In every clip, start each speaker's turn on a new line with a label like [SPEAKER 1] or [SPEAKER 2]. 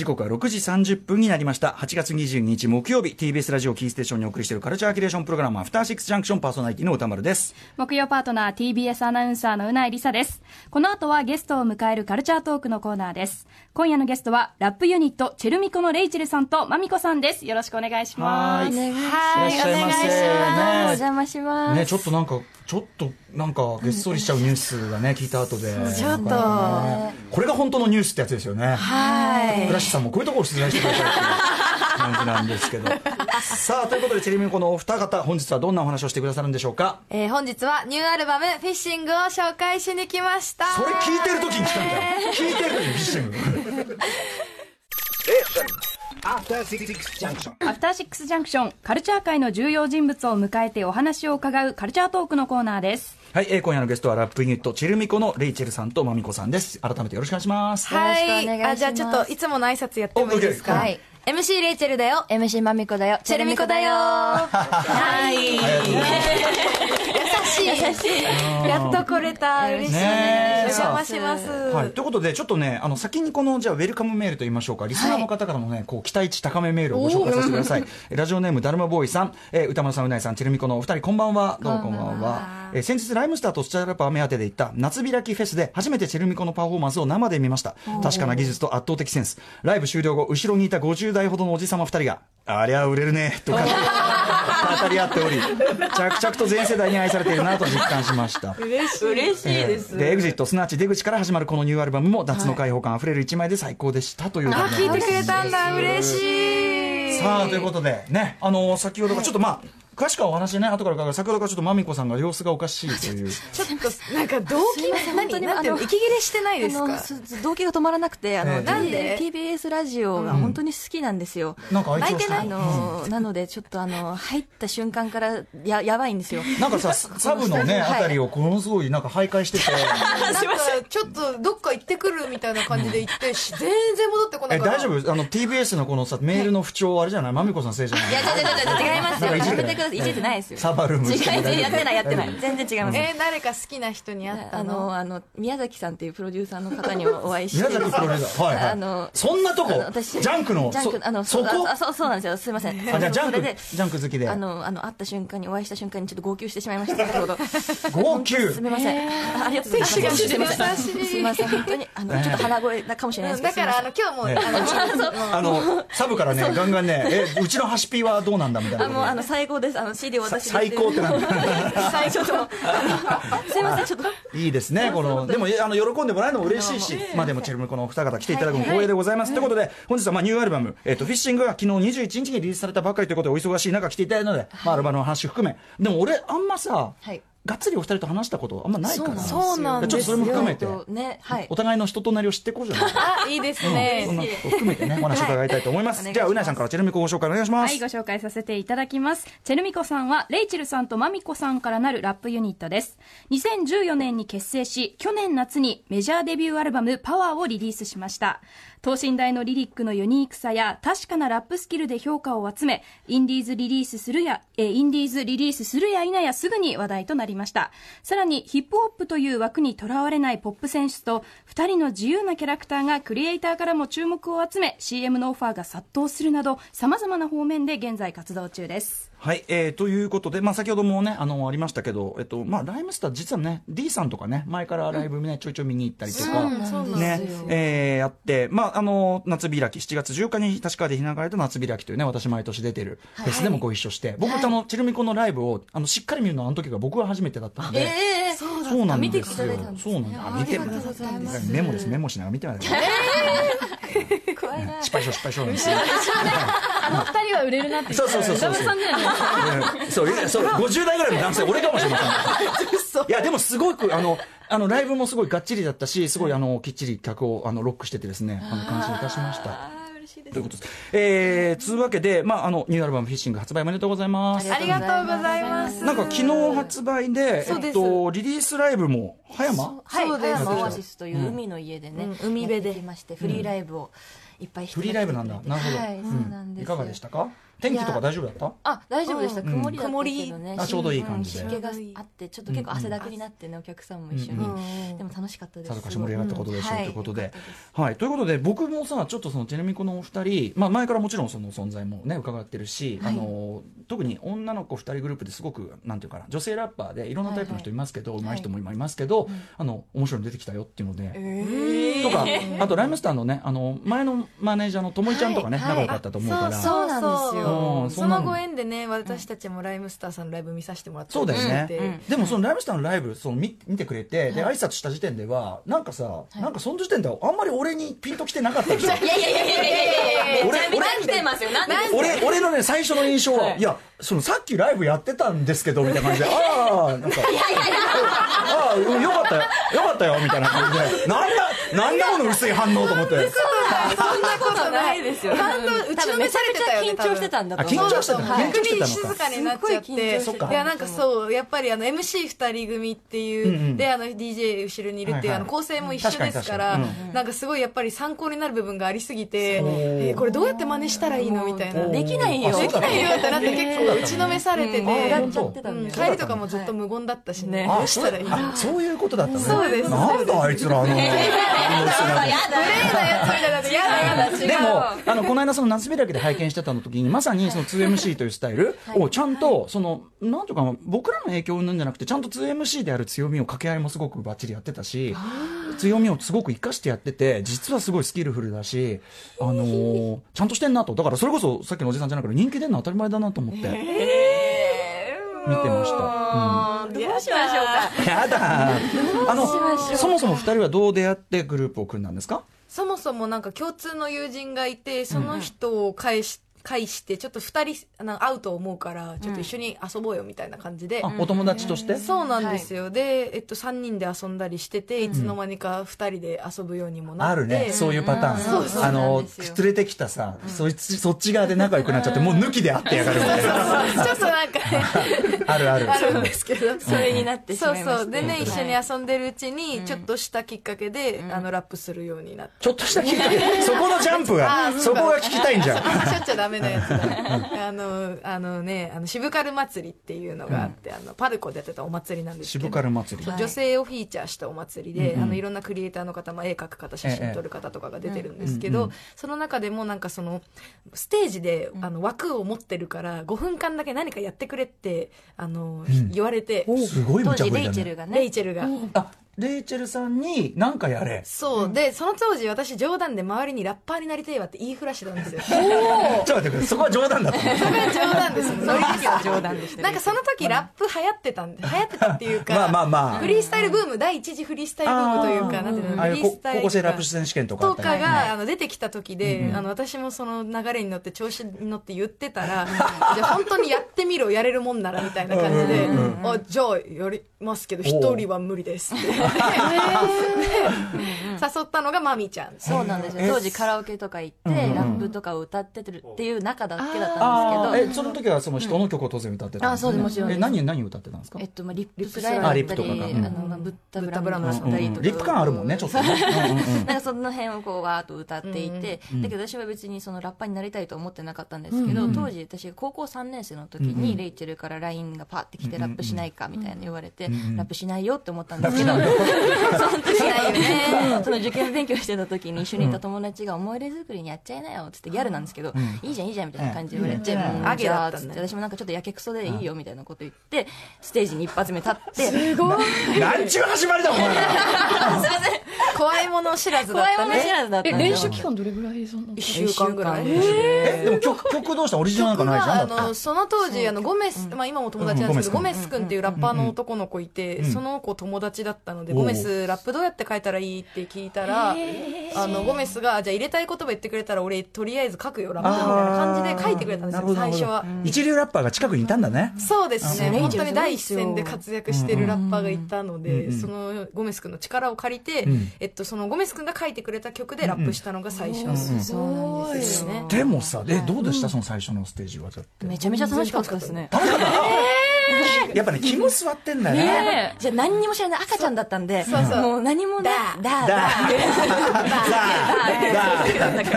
[SPEAKER 1] 時刻は6時30分になりました。8月22日木曜日、 TBS ラジオキーステーションにお送りしているカルチャーキュレーションプログラム、アフターシックスジャンクション、パーソナリティの歌丸です。
[SPEAKER 2] 木曜パートナー TBS アナウンサーのうないりさです。この後はゲストを迎えるカルチャートークのコーナーです。今夜のゲストはラップユニットチェルミコのレイチェルさんとマミコさんです。よろしくお願いします。
[SPEAKER 1] はい、
[SPEAKER 2] お
[SPEAKER 1] 願いします。
[SPEAKER 2] お邪魔します
[SPEAKER 1] ね、ちょっとなんかげっそりしちゃうニュースがね、聞いた後で
[SPEAKER 2] ちょっと、
[SPEAKER 1] これが本当のニュースってやつですよね。
[SPEAKER 2] はい。
[SPEAKER 1] 倉石さんもこういうところを取材してくださいっていう感じなんですけどさあ、ということでチェルミコのお二方、本日はどんなお話をしてくださるんでしょうか。
[SPEAKER 3] 本日はニューアルバムフィッシングを紹介しに来ました。
[SPEAKER 1] それ聞いてる時に来たんだよ、聞いてる時にフィッシング
[SPEAKER 2] アフターシックスジャンクション、カルチャー界の重要人物を迎えてお話を伺うカルチャートークのコーナーです。
[SPEAKER 1] はい、今夜のゲストはラップユニットチェルミコのレイチェルさんとマミコさんです。改めてよろしくお願いします。
[SPEAKER 3] はい、
[SPEAKER 2] よろしくお願いします。
[SPEAKER 3] じゃあちょっといつもの挨拶やってもいいですか。
[SPEAKER 1] はい、
[SPEAKER 3] MC レイチェルだよ、
[SPEAKER 4] MC マミコだよ、
[SPEAKER 3] チェルミコだよはい、優しいやっと来れた、嬉しいね。お邪魔します。
[SPEAKER 1] はい、ということでちょっとね、先にこのじゃあウェルカムメールと言いましょうか、リスナーの方からのね、こう期待値高めメールをご紹介させてください。ラジオネームダルマボーイさん、歌丸さん、うないさん、チェルミコのお二人、こんばんは。どうもこんばんは。先日ライムスターとスチャーラッパー目当てで行った夏開きフェスで初めてチェルミコのパフォーマンスを生で見ました。確かな技術と圧倒的センス。ライブ終了後、後ろにいた50代ほどのおじさま2人が、ありゃ売れるねとか語り合っており、着々と全世代に愛されているなと実感しました。
[SPEAKER 3] 嬉しいです。
[SPEAKER 1] でエグジット、すなわち出口から始まるこのニューアルバムも夏の開放感あふれる一枚で最高でしたという、
[SPEAKER 3] 聞いてくれたんだ、嬉しい。
[SPEAKER 1] さあ、ということでね、先ほどがちょっと詳しくはお話ね、後から伺う。先ほどからちょっとマミコさんが様子がおかしいという
[SPEAKER 3] ちょっとなんか動機なんていうの、息切れしてないですか。
[SPEAKER 4] 動機が止まらなくて、
[SPEAKER 3] なんで
[SPEAKER 4] TBS ラジオが本当に好きなんですよ。
[SPEAKER 1] なんか
[SPEAKER 3] 泣いてない
[SPEAKER 4] なのでちょっと入った瞬間からやばいんですよ。
[SPEAKER 1] なんかさ、サブのね、あたりをこのすごいなんか徘徊してて
[SPEAKER 3] なんかちょっとどっか行ってくるみたいな感じで行って全然戻ってこないから。
[SPEAKER 1] 大丈夫？TBS のこのさ、メールの不調あれじゃない？マミコさんせいじゃない？
[SPEAKER 4] いや、違いますよ。やめてください。いじってないですよ。
[SPEAKER 1] サバルーム
[SPEAKER 4] 違い、やってない。全然違います。
[SPEAKER 3] 誰か好きな人に会ったの？
[SPEAKER 4] 宮崎さんっていうプロデューサーの方にお会いして。
[SPEAKER 1] 宮崎プロデューサー。はいはい。そんなとこ？ジャンクのそこ？
[SPEAKER 4] そうなんですよ。すいません。
[SPEAKER 1] じゃあジャンク好きで。
[SPEAKER 4] 会った瞬間に、お会いした瞬間にちょっと号泣してしまいました。先ほど。
[SPEAKER 1] 号泣？
[SPEAKER 4] すみません。ありがとうございます。すみません。本当にちょっと鼻声かもしれないですけど。
[SPEAKER 3] だから今日も
[SPEAKER 1] サブからね、ガンガンね、うちのハシピはどうなんだみたいな。
[SPEAKER 4] もう最高です。CD を私
[SPEAKER 1] 最高ってなんだ。
[SPEAKER 4] 最高。すいません、ちょっと。
[SPEAKER 1] いいですね。でも喜んでもらえるのも嬉しいし、でもチェルミコのお二方来ていただくの光栄でございます。ということで本日はニューアルバムフィッシングが昨日21日にリリースされたばかりということで、お忙しい中来ていただいたので、アルバムの話含め。でも俺あんまさ、がっつりお二人と話したことあんまないから、
[SPEAKER 3] そうなんですよ。
[SPEAKER 1] ちょっとそれも含めて、お互いの人となりを知っていこうじゃないか。
[SPEAKER 3] いいですね。
[SPEAKER 1] そんなこと含めてね、お話を伺いたいと思います。じゃあうないさんからチェルミコご紹介お願いします。
[SPEAKER 2] はい、ご紹介させていただきます。チェルミコさんはレイチェルさんとマミコさんからなるラップユニットです。2014年に結成し、去年夏にメジャーデビューアルバムパワーをリリースしました。等身大のリリックのユニークさや確かなラップスキルで評価を集め、インディーズリリースするや否やすぐに話題となりました。さらにヒップホップという枠にとらわれないポップ選手と2人の自由なキャラクターがクリエイターからも注目を集め、 CM のオファーが殺到するなど様々な方面で現在活動中です。
[SPEAKER 1] はい、ということで、先ほどもね、ありましたけど、ライムスター実はね、D さんとかね、前からライブね、ちょいちょい見に行ったりとか、ね、やって、夏開き、7月10日に立川で開かれた夏開きというね、私毎年出てるフェスでもご一緒して、僕、チェルミコのライブを、しっかり見るのはあの時が僕が初めてだったので、そうなんですよ。そうなんだ。見てもらったんです。メモしながら見てもらった。失敗しようなんですよ。
[SPEAKER 2] 2人は売れるなって言って
[SPEAKER 1] そう
[SPEAKER 2] 歌丸さんじゃない
[SPEAKER 1] そう50代ぐらいの男性、俺かもしれません。いやでもすごくライブもすごいがっちりだったし、すごいきっちり曲をロックしててですね、感心いたしました。ということです。つうわけで、ニューアルバムフィッシング発売おめでとうございます。
[SPEAKER 3] ありがとうございます。
[SPEAKER 1] なんか昨日発売で、リリースライブも葉山
[SPEAKER 4] そうです。葉山オアシスという海の家でね、海辺できまして、フリーライブをいっぱい人
[SPEAKER 1] フリーライブなんだ。なるほど。
[SPEAKER 4] はい、そうなんです
[SPEAKER 1] いかがでしたか？天気とか大丈夫だった？
[SPEAKER 4] あ、大丈夫でした。曇りだったけどね。
[SPEAKER 1] ちょうどいい感じで。
[SPEAKER 4] 湿気があって、ちょっと結構汗だくになってね、お客さんも一緒に。でも楽しかったです。
[SPEAKER 1] さぞかし盛り上がったことでしょうということで。はい。ということで、僕もさ、ちょっとそのチェルミコのお二人、まあ前からもちろんその存在もね、伺ってるし、特に女の子2人グループですごくなんていうかな、女性ラッパーでいろんなタイプの人いますけど、上手い人も今いますけど、面白いの出てきたよっていうので、とか、あとライムスターのね、前のマネージャーのともいちゃんとかね、仲良かったと思うから。
[SPEAKER 3] そうなんですよ。その
[SPEAKER 1] 後
[SPEAKER 3] ご縁でね、私たちもライムスターさんのライブ見させてもらって、
[SPEAKER 1] そうだよね。でもそのライムスターのライブ見てくれて、で挨拶した時点ではなんかさ、なんかその時点ではあんまり俺にピンときてなかったでしょ。
[SPEAKER 4] いや俺来てますよ。
[SPEAKER 1] 俺のね最初の印象は、いやそのさっきライブやってたんですけどみたいな感じで、ああなんかああよかったよみたいな感じで、なんだこの薄い反応と思って。
[SPEAKER 3] そんなことないですよ。打ちのめされてたよね。
[SPEAKER 4] 緊張してたんだと思う。
[SPEAKER 1] 緊張してたの。
[SPEAKER 3] 首静かになっちゃって、いやなんかそうやっぱりMC2 人組っていうでDJ 後ろにいるっていう構成も一緒ですから、なんかすごいやっぱり参考になる部分がありすぎて、これどうやって真似したらいいのみたいな。
[SPEAKER 4] できないよ
[SPEAKER 3] ってなって結構打ちのめされてて、帰りとかもずっと無言だったしね。どうしたらいいの？
[SPEAKER 1] そういうことだったね。
[SPEAKER 3] そうです。
[SPEAKER 1] なんだあいつら。でもこの間その夏開きで拝見してたの時にまさにその 2MC というスタイルをちゃんとそのなんていうか僕らの影響なんじゃなくてちゃんと 2MC である強みを掛け合いもすごくバッチリやってたし、強みをすごく生かしてやってて実はすごいスキルフルだしちゃんとしてんなと。だからそれこそさっきのおじさんじゃなくて人気出るの当たり前だなと思って見てました。
[SPEAKER 3] どうしましょうか。
[SPEAKER 1] やだ。そもそも2人はどう出会ってグループを組んだんですか？
[SPEAKER 3] そもそもなんか共通の友人がいて、その人を介してちょっと2人会うと思うからちょっと一緒に遊ぼうよみたいな感じで、
[SPEAKER 1] お友達として。
[SPEAKER 3] そうなんですよ。で、3人で遊んだりしてて、いつの間にか2人で遊ぶようにもなって、
[SPEAKER 1] あるね、そういうパターン。連れてきたさ、そっち側で仲良くなっちゃってもう抜きで会ってやがるみたいな。
[SPEAKER 3] ちょっとなんかね
[SPEAKER 1] ある
[SPEAKER 3] んですけど、
[SPEAKER 4] それになってしまいました。
[SPEAKER 3] そうでね、一緒に遊んでるうちにちょっとしたきっかけでラップするようになって。
[SPEAKER 1] ちょっとしたきっかけ。そこのジャンプがそこが聞きたいんじゃん。
[SPEAKER 3] しょっちゃダメなやつだ。渋カル祭りっていうのがあって、パルコでやってたお祭りなんですけど、
[SPEAKER 1] 渋カル祭り、
[SPEAKER 3] 女性をフィーチャーしたお祭りで、いろんなクリエイターの方も絵描く方、写真撮る方とかが出てるんですけど、その中でもなんかそのステージで枠を持ってるから5分間だけ何かやってくれって言われて、
[SPEAKER 1] すごい無茶ぶりだね。
[SPEAKER 4] レイチェルがね。
[SPEAKER 1] レイチェルさんに何かやれ。
[SPEAKER 3] そうで、その当時私冗談で周りにラッパーになりたいわって言いふらしてたんですよ。
[SPEAKER 1] ちょっと待ってくれ、そこは冗談だったの。
[SPEAKER 3] それは冗談ですよ。
[SPEAKER 4] ノリ的は冗談でした。
[SPEAKER 3] なんかその時ラップ流行ってたっていうか、フリースタイルブーム、第一次フリースタイルブームというか、なんていうの、フリースタイル
[SPEAKER 1] 高校生ラップ選手権とか
[SPEAKER 3] が出てきた時で、私もその流れに乗って調子に乗って言ってたら、じゃあ本当にやってみろ、やれるもんならみたいな感じで、じゃあやりますけど一人は無理ですって誘ったのがマミちゃん。
[SPEAKER 4] そうなんですよ。当時カラオケとか行ってラップとかを歌ってるっていう中だけだったんですけど、
[SPEAKER 1] その時はその人の曲を当然歌ってたんですか？
[SPEAKER 4] そうです、もちろん。
[SPEAKER 1] 何を歌ってたんですか？
[SPEAKER 4] リップスライムだったり、ブッダブラムだったりとか、
[SPEAKER 1] リップ感あるもんね、ちょっと。
[SPEAKER 4] なんかその辺をこうわーっと歌っていて、だけど私は別にそのラッパーになりたいと思ってなかったんですけど、当時私が高校3年生の時にレイチェルから LINE がパーって来てラップしないかみたいな言われて、ラップしないよって思ったんですけど、その時その受験勉強してた時に一緒にいた友達が思い出作りにやっちゃいなよっつってギャルなんですけど、いいじゃんみたいな感じで言われて、じゃあっつって私もなんかちょっとやけくそでいいよみたいなこと言ってステージに一発目立って、すごい
[SPEAKER 1] なんちゅう始まりだお前ら。
[SPEAKER 3] すいません、怖いもの知らずだったね。
[SPEAKER 2] 練習期間どれぐらい？そんな
[SPEAKER 3] 1週間ぐらい。
[SPEAKER 1] でも曲どうした？オリジナルなんかないじゃん。だって
[SPEAKER 3] その当時ゴメス、今も友達なんですけど、ゴメス君っていうラッパーの男の子いて、その子友達だったので、ゴメスラップどうやって書いたらいいって聞いたら、ゴメスがじゃあ入れたい言葉言ってくれたら俺とりあえず書くよラップみたいな感じで書いてくれたんですよ、最初は。
[SPEAKER 1] 一流ラッパーが近くにいたんだね。
[SPEAKER 3] そうですね、本当に第一線で活躍してるラッパーがいたので、そのゴメス君の力を借りて、そのゴメス君が書いてくれた曲でラップしたのが最初。
[SPEAKER 4] そうなんですよね。
[SPEAKER 1] でもさ、どうでしたその最初のステージは？
[SPEAKER 4] めちゃめちゃ楽しかったですね。
[SPEAKER 1] やっぱね、肝座ってんだね。
[SPEAKER 4] じゃあ何にも知らない赤ちゃんだったんで、もう何もね、キャッキャ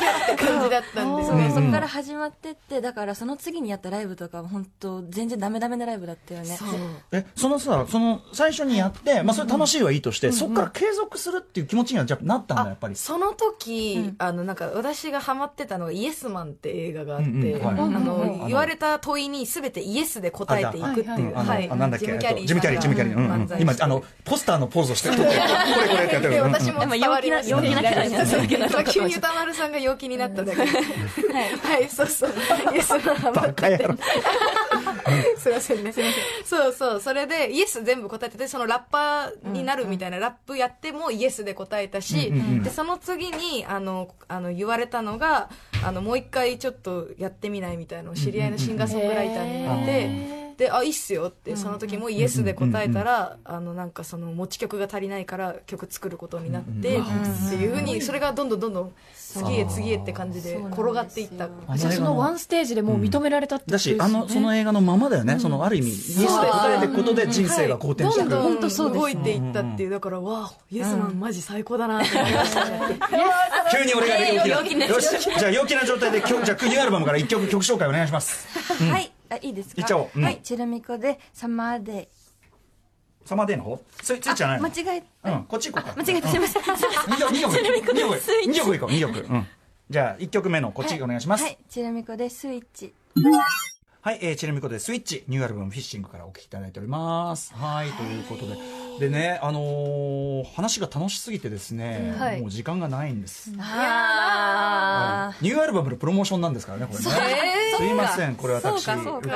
[SPEAKER 3] って感じだったんで
[SPEAKER 4] そう、
[SPEAKER 3] ね。
[SPEAKER 4] そこから始まってって、だからその次にやったライブとかは本当全然ダメなライブだったよね。
[SPEAKER 1] その最初にやって、まあそれ楽しいはいいとして、そこから継続するっていう気持ちにはじゃなったんだ、やっぱり。
[SPEAKER 3] その時、なんか私がハマってたのがイエスマンって映画があって、言われた問いに全てイエスで答えていくっていう、
[SPEAKER 1] なんだっけ、ジムキャリ
[SPEAKER 3] ー
[SPEAKER 1] 今ポスターのポーズをしてこれってやってる。
[SPEAKER 3] 私も伝わりました。
[SPEAKER 4] 陽気なキャラになっただけなのか。
[SPEAKER 3] 急に歌丸さんが陽気になっただけ。はい、そうそう。イエスマンハマってて。すいませんね。そうそう。それでイエス全部答えてて、そのラッパーになるみたいなラップやってもイエスで答えたし、でその次に言われたのがもう一回ちょっとやってみないみたいなのを知り合いのシンガーソングライターに言われて。で、いいっすよって、その時もイエスで答えたら、なんかその持ち曲が足りないから曲作ることになって、っていうふうに、それがどんどん次へって感じで転がっていった。
[SPEAKER 2] じゃあそのワンステージでもう認められたってことですね。
[SPEAKER 1] だし、その映画のままだよね。そのある意味、イエスで答えていくことで人生が好転していく。
[SPEAKER 3] どんどん動いていったっていう、だから、わあ、イエスマンマジ最高だなって思いましたね。
[SPEAKER 1] 急に俺が陽気な。よし、じゃあ陽気な状態で、じゃあニューアルバムから1曲紹介お願いします。
[SPEAKER 4] はい。いいですか。
[SPEAKER 1] いっちゃおう。
[SPEAKER 4] はい、チェルミコでサマーデイ。
[SPEAKER 1] サマーデイの方？ついじゃないの？
[SPEAKER 4] 間違え。
[SPEAKER 1] こっち行こうか。
[SPEAKER 4] 間違えた、すみません。
[SPEAKER 1] 2曲行こう。じゃあ1曲目のこっちお願いします。
[SPEAKER 4] はい、チェルミコでスイッチ。
[SPEAKER 1] はい、チェルミコでスイッチ、ニューアルバムフィッシングからお聴きいただいております。はい、ということで。でね、話が楽しすぎてですね、もう時間がないんです。ニューアルバムのプロモーションなんですからね、これね。すいません、これ私、うっかりした、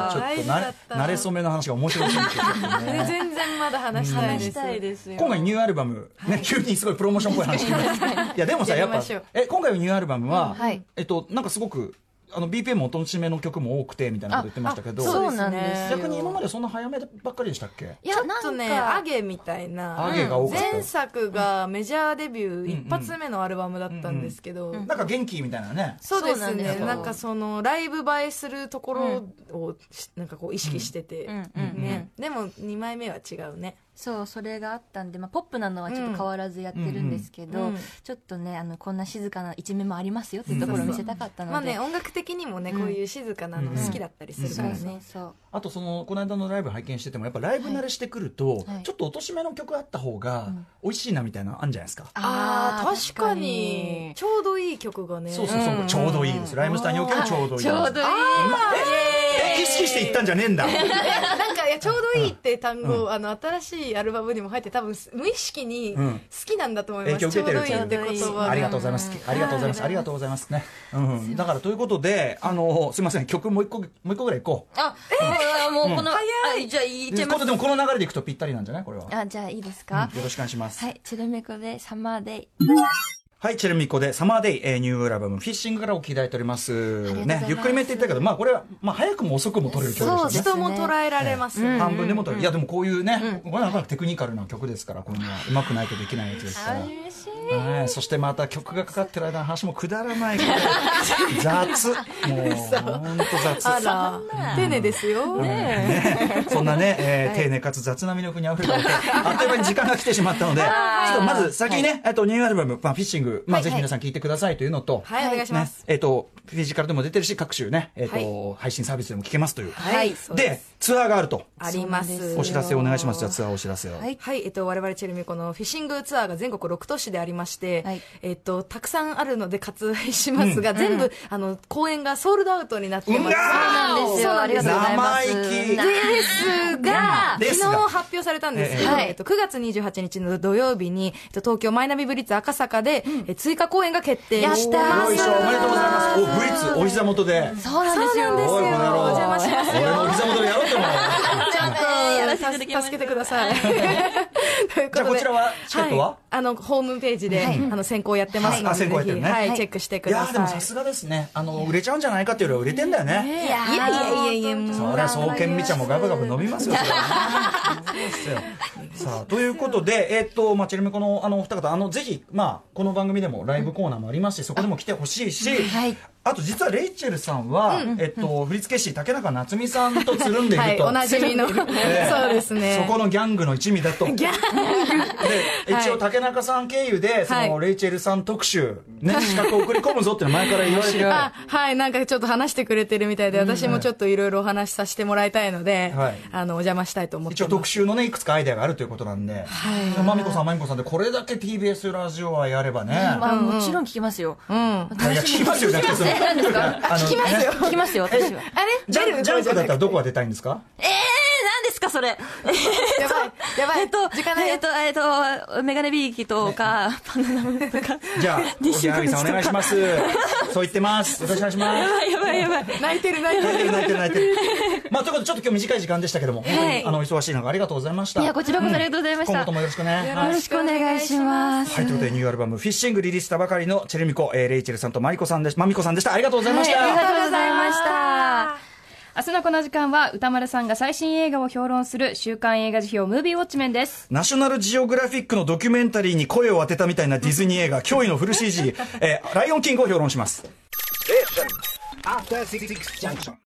[SPEAKER 1] ちょっと慣れ初めの話が面白すぎて、
[SPEAKER 3] 全然まだ話したいです。
[SPEAKER 1] 今回ニューアルバム、ね、急にすごいプロモーションっぽい話してます。いや、でもさ、やっぱ、今回のニューアルバムは、なんかすごく、BPM 落としめの曲も多くてみたいなこと言ってましたけど、
[SPEAKER 4] そうなんですよ。
[SPEAKER 1] 逆に今までそんな早めばっかりでしたっけ？
[SPEAKER 3] ちょっとね、アゲみたいな、
[SPEAKER 1] アゲが多かった。
[SPEAKER 3] 前作がメジャーデビュー一発目のアルバムだったんですけど、
[SPEAKER 1] なんか元気みたいなね。
[SPEAKER 3] そうですね。なんかそのライブ映えするところをなんかこう意識してて、ね。でも2枚目は違うね。
[SPEAKER 4] そう、それがあったんで、ポップなのはちょっと変わらずやってるんですけど、ちょっとね、こんな静かな一面もありますよっていうところを見せたかったので。
[SPEAKER 3] まあね、音楽的にもね、こういう静かなの好きだったりするからね。
[SPEAKER 1] あとこの間のライブ拝見してても、やっぱライブ慣れしてくると、ちょっと落としめの曲あった方が美味しいなみたいなのあるんじゃないですか。
[SPEAKER 3] ああ、確かに。ちょうどいい曲がね。
[SPEAKER 1] そう、ちょうどいいです。ライムスターにおけるちょうどいい。
[SPEAKER 4] ちょうどいい。
[SPEAKER 1] 意識して言ったんじゃねえんだ。
[SPEAKER 3] なんか、ちょうどいいって単語、新しいアルバムにも入って、多分無意識に好きなんだと思います。ちょうどいいって言葉。
[SPEAKER 1] ありがとうございます。ありがとうございます。ありがとうございますね。だからということで、すみません、曲もう一個ぐらいいこ
[SPEAKER 4] う。もうこの、じゃあいっちゃいます。
[SPEAKER 1] でもこの流れでいくとぴったりなんじゃないこれは。
[SPEAKER 4] じゃあいいですか。
[SPEAKER 1] よろしくお願いします。
[SPEAKER 4] はい、チェルミコでサマーデイ。
[SPEAKER 1] はい、チェルミコでサマーデイ、ニューアルバムフィッシングからお聴きいただいております。ね、ゆっくりめって言ったけど、これは、早くも遅くも撮れる曲ですね。
[SPEAKER 3] そう、人も捉えられます。
[SPEAKER 1] 半分でも撮れる。いや、でもこういうね、これはなかなかテクニカルな曲ですから、これはうまくないとできないやつですから。そしてまた曲がかかってる間の話もくだらない雑。もう、ほんと雑。
[SPEAKER 3] あら、丁寧ですよ。
[SPEAKER 1] そんなね、丁寧かつ雑な魅力に溢れたので、あっという間に時間が来てしまったので、ちょっとまず先にね、ニューアルバム、フィッシング、ぜひ皆さん聞いてくださいというのと、
[SPEAKER 3] はい、お願いします。
[SPEAKER 1] フィジカルでも出てるし、各種ね、配信サービスでも聞けますという。
[SPEAKER 3] はい。
[SPEAKER 1] で、ツアーがあると。
[SPEAKER 3] あります。
[SPEAKER 1] お知らせお願いします。じゃあツアーお知らせを。
[SPEAKER 3] はい。我々チェルミコのフィッシングツアーが全国6都市でありまして、たくさんあるので割愛しますが、全部、公演がソールドアウトになってます。そう
[SPEAKER 4] なんですよ。ありがとうございます。
[SPEAKER 3] ですが、昨日発表されたんですけど、9月28日の土曜日に、東京マイナビブリッツ赤坂で、追加公演が決定してます。
[SPEAKER 1] おめでとうございます。ブリッツ、お膝元で。
[SPEAKER 4] そうなんですよ。
[SPEAKER 1] お
[SPEAKER 3] 邪魔しますよ。
[SPEAKER 1] 俺のお膝元でやろうって思う。
[SPEAKER 3] ちゃんと助けてください。
[SPEAKER 1] じゃあこちらは、チケットは
[SPEAKER 3] ホームページで、先行やってますので、ぜひ、チェックしてください。
[SPEAKER 1] いや、でもさすがですね。売れちゃうんじゃないかっていうよりは売れてんだよね。
[SPEAKER 3] いや、
[SPEAKER 1] そりゃ、創建美茶もガブガブ飲みますよ、そうですよ。さあ、ということで、チェルミコのお二方、ぜひ、この番組でもライブコーナーもありますし、そこでも来てほしいし、 あと実はレイチェルさんは、振付師竹中夏実さんとつるんでいると、
[SPEAKER 3] はい、おなじみのそうですね、
[SPEAKER 1] そこのギャングの一味だと。で一応竹中さん経由でそのレイチェルさん特集、ね、資格を送り込むぞっていうの前から言われてる。
[SPEAKER 3] はい、なんかちょっと話してくれてるみたいで、私もちょっといろいろお話しさせてもらいたいので、お邪魔したいと思ってます。
[SPEAKER 1] 一応特集のねいくつかアイデアがあるということなんで、まみこさんでこれだけ TBS ラジオはやればね、
[SPEAKER 4] もちろん聞きますよ。
[SPEAKER 1] いや聞きますよ。
[SPEAKER 4] 何ですか？聞きますよ私は。
[SPEAKER 3] あれ
[SPEAKER 1] ジャンプだったらどこが出たいんですか？
[SPEAKER 4] 何ですかそれ。
[SPEAKER 3] やばい時間ない。
[SPEAKER 4] メガネビーキとかパノラムとか。
[SPEAKER 1] じゃあおぎやはぎさんお願いします。そう言ってます。よろしくお願いします。
[SPEAKER 4] やばい
[SPEAKER 3] 泣いてる。
[SPEAKER 1] まあということでちょっと今日短い時間でしたけども、本当に忙しい中ありがとうございました。
[SPEAKER 4] いやこちらこそありがとうございました。
[SPEAKER 1] 今後ともよろしくね。
[SPEAKER 4] よろしくお願いします。
[SPEAKER 1] はい、ということでニューアルバムフィッシングリリースしたばかりのチェルミコ、レイチェルさんとマミコさんでした。ありがとうございました。
[SPEAKER 4] ありがとうございました。
[SPEAKER 2] 明日のこの時間は歌丸さんが最新映画を評論する週刊映画辞表ムービーウォッチメンです。
[SPEAKER 1] ナショナルジオグラフィックのドキュメンタリーに声を当てたみたいなディズニー映画驚異のフル CG、ライオンキングを評論します。